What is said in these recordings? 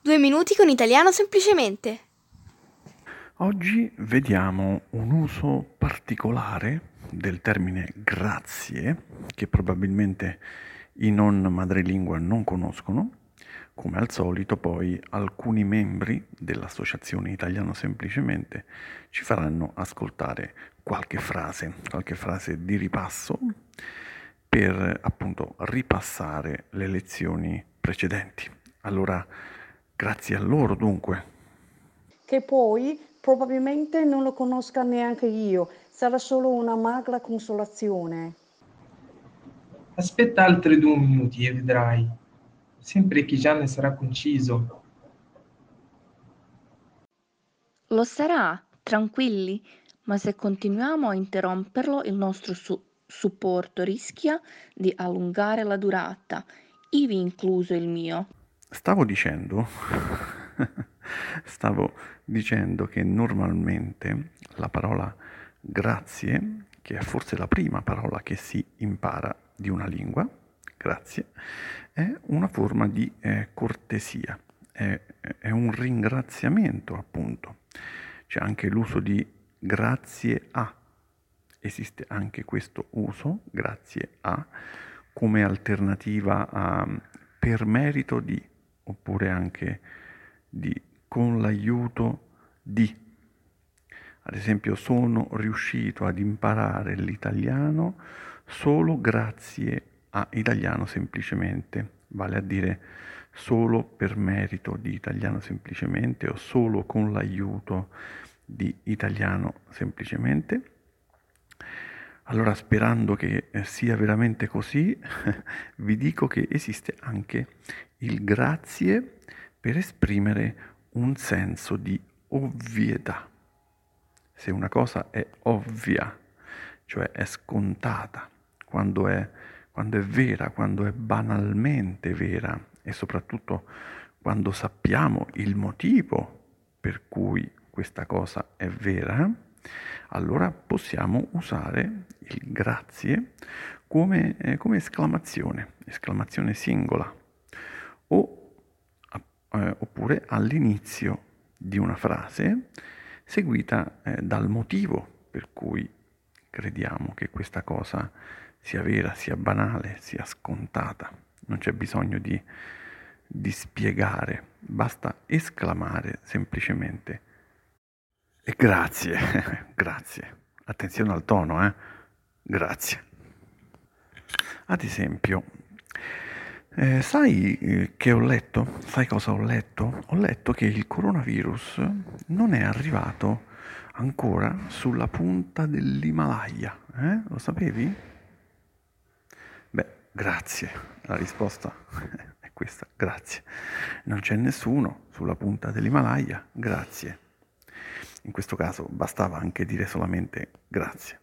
2 minuti con italiano semplicemente. Oggi vediamo un uso particolare del termine grazie, che probabilmente i non madrelingua non conoscono. Come al solito, poi alcuni membri dell'Associazione Italiano Semplicemente ci faranno ascoltare qualche frase di ripasso per appunto ripassare le lezioni precedenti. Allora, grazie a loro dunque. Che poi probabilmente non lo conosca neanche io, sarà solo una magra consolazione. Aspetta altri 2 minuti e vedrai. Sempre che Gianni sarà conciso. Lo sarà, tranquilli, ma se continuiamo a interromperlo il nostro supporto rischia di allungare la durata, ivi incluso il mio. Stavo dicendo, stavo dicendo che normalmente la parola grazie, che è forse la prima parola che si impara di una lingua, grazie, è una forma di cortesia, è un ringraziamento appunto. C'è anche l'uso di grazie a, esiste anche questo uso, grazie a, come alternativa a per merito di, oppure anche di con l'aiuto di. Ad esempio, sono riuscito ad imparare l'italiano solo grazie a italiano semplicemente, vale a dire solo per merito di italiano semplicemente o solo con l'aiuto di italiano semplicemente. Allora, sperando che sia veramente così, vi dico che esiste anche il grazie per esprimere un senso di ovvietà. Se una cosa è ovvia, cioè è scontata, quando è vera, quando è banalmente vera e soprattutto quando sappiamo il motivo per cui questa cosa è vera, allora possiamo usare il grazie come esclamazione singola, oppure all'inizio di una frase seguita dal motivo per cui crediamo che questa cosa sia vera, sia banale, sia scontata. Non c'è bisogno di spiegare, basta esclamare semplicemente e grazie, grazie. Attenzione al tono, grazie. Ad esempio, sai che ho letto? Sai cosa ho letto? Ho letto che il coronavirus non è arrivato ancora sulla punta dell'Himalaya. Lo sapevi? Beh, grazie. La risposta è questa, grazie. Non c'è nessuno sulla punta dell'Himalaya, grazie. In questo caso bastava anche dire solamente grazie.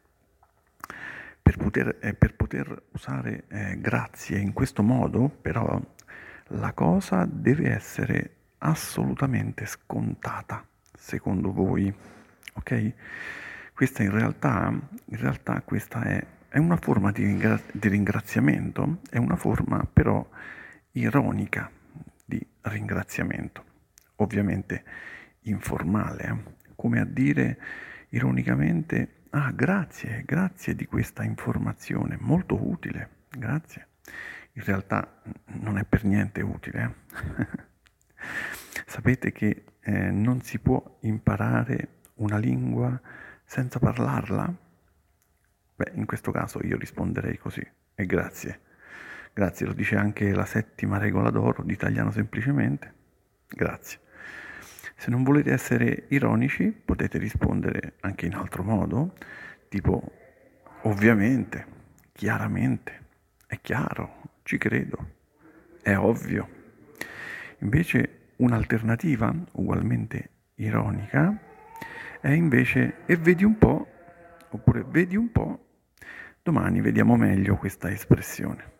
Per poter usare grazie in questo modo, però, la cosa deve essere assolutamente scontata, secondo voi, ok? Questa in realtà questa è una forma di ringraziamento, è una forma però ironica di ringraziamento, ovviamente informale, come a dire ironicamente, ah, grazie, grazie di questa informazione, molto utile, grazie. In realtà non è per niente utile. Sapete che non si può imparare una lingua senza parlarla? Beh, in questo caso io risponderei così, e grazie. Grazie, lo dice anche la 7ª regola d'oro di Italiano semplicemente. Grazie. Se non volete essere ironici, potete rispondere anche in altro modo, tipo ovviamente, chiaramente, è chiaro, ci credo, è ovvio. Invece un'alternativa, ugualmente ironica, è invece e vedi un po', oppure vedi un po', domani vediamo meglio questa espressione.